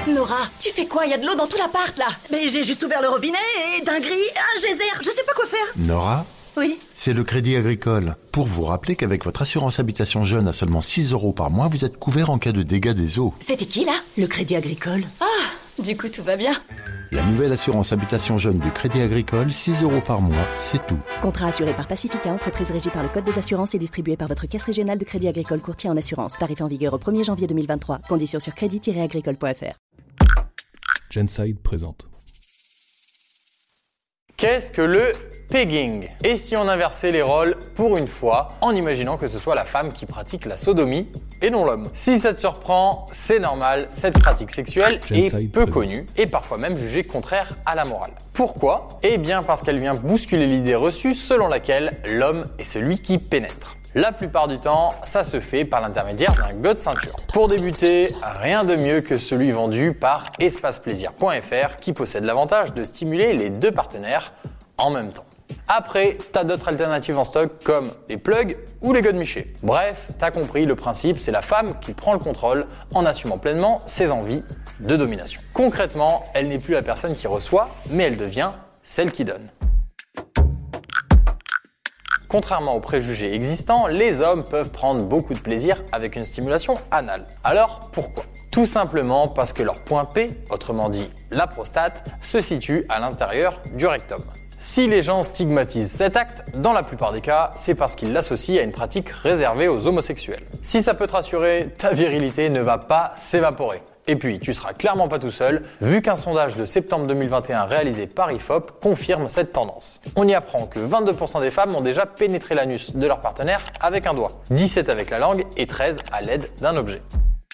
Nora, tu fais quoi? Il y a de l'eau dans tout l'appart, là. Mais j'ai juste ouvert le robinet et dinguerie, un geyser, je sais pas quoi faire. Nora ? Oui. C'est le Crédit Agricole. Pour vous rappeler qu'avec votre assurance habitation jeune à seulement 6 € par mois, vous êtes couvert en cas de dégâts des eaux. C'était qui, là? Le Crédit Agricole. Ah, du coup, tout va bien. La nouvelle assurance habitation jeune du Crédit Agricole, 6 € par mois, c'est tout. Contrat assuré par Pacifica, entreprise régie par le Code des assurances et distribué par votre caisse régionale de Crédit Agricole courtier en assurance. Tarif en vigueur au 1er janvier 2023. Conditions sur crédit-agricole.fr. Genside présente. Qu'est-ce que le pegging? Et si on inversait les rôles pour une fois, en imaginant que ce soit la femme qui pratique la sodomie et non l'homme? Si ça te surprend, c'est normal, cette pratique sexuelle est peu connue et parfois même jugée contraire à la morale. Pourquoi? Eh bien parce qu'elle vient bousculer l'idée reçue selon laquelle l'homme est celui qui pénètre. La plupart du temps, ça se fait par l'intermédiaire d'un god ceinture. Pour débuter, rien de mieux que celui vendu par espaceplaisir.fr qui possède l'avantage de stimuler les deux partenaires en même temps. Après, t'as d'autres alternatives en stock comme les plugs ou les godemichés. Bref, t'as compris, le principe, c'est la femme qui prend le contrôle en assumant pleinement ses envies de domination. Concrètement, elle n'est plus la personne qui reçoit, mais elle devient celle qui donne. Contrairement aux préjugés existants, les hommes peuvent prendre beaucoup de plaisir avec une stimulation anale. Alors, pourquoi? Tout simplement parce que leur point P, autrement dit la prostate, se situe à l'intérieur du rectum. Si les gens stigmatisent cet acte, dans la plupart des cas, c'est parce qu'ils l'associent à une pratique réservée aux homosexuels. Si ça peut te rassurer, ta virilité ne va pas s'évaporer. Et puis, tu seras clairement pas tout seul, vu qu'un sondage de septembre 2021 réalisé par IFOP confirme cette tendance. On y apprend que 22% des femmes ont déjà pénétré l'anus de leur partenaire avec un doigt, 17 avec la langue et 13 à l'aide d'un objet.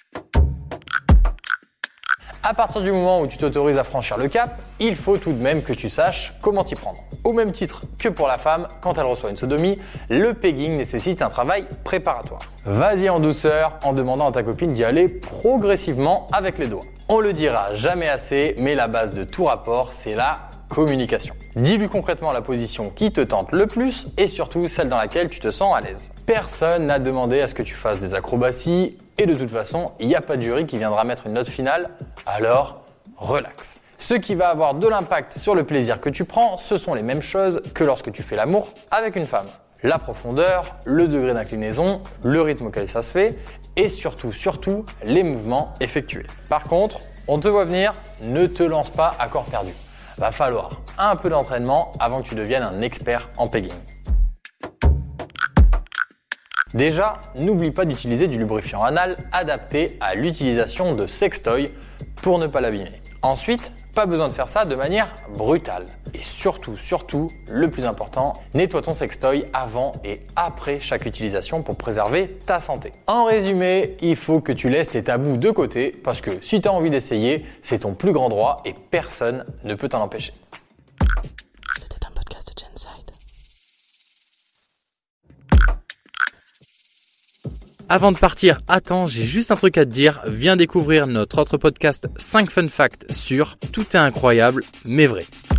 À partir du moment où tu t'autorises à franchir le cap, il faut tout de même que tu saches comment t'y prendre. Au même titre que pour la femme, quand elle reçoit une sodomie, le pegging nécessite un travail préparatoire. Vas-y en douceur en demandant à ta copine d'y aller progressivement avec les doigts. On le dira jamais assez, mais la base de tout rapport, c'est la communication. Dis-lui concrètement la position qui te tente le plus et surtout celle dans laquelle tu te sens à l'aise. Personne n'a demandé à ce que tu fasses des acrobaties et de toute façon, il n'y a pas de jury qui viendra mettre une note finale, alors relax. Ce qui va avoir de l'impact sur le plaisir que tu prends, ce sont les mêmes choses que lorsque tu fais l'amour avec une femme. La profondeur, le degré d'inclinaison, le rythme auquel ça se fait et surtout, les mouvements effectués. Par contre, on te voit venir, ne te lance pas à corps perdu. Va falloir un peu d'entraînement avant que tu deviennes un expert en pegging. Déjà, n'oublie pas d'utiliser du lubrifiant anal adapté à l'utilisation de sextoys pour ne pas l'abîmer. Ensuite, pas besoin de faire ça de manière brutale. Et surtout, le plus important, nettoie ton sextoy avant et après chaque utilisation pour préserver ta santé. En résumé, il faut que tu laisses tes tabous de côté parce que si tu as envie d'essayer, c'est ton plus grand droit et personne ne peut t'en empêcher. C'était un podcast de Genside. Avant de partir, attends, j'ai juste un truc à te dire. Viens découvrir notre autre podcast 5 fun facts sur Tout est incroyable mais vrai.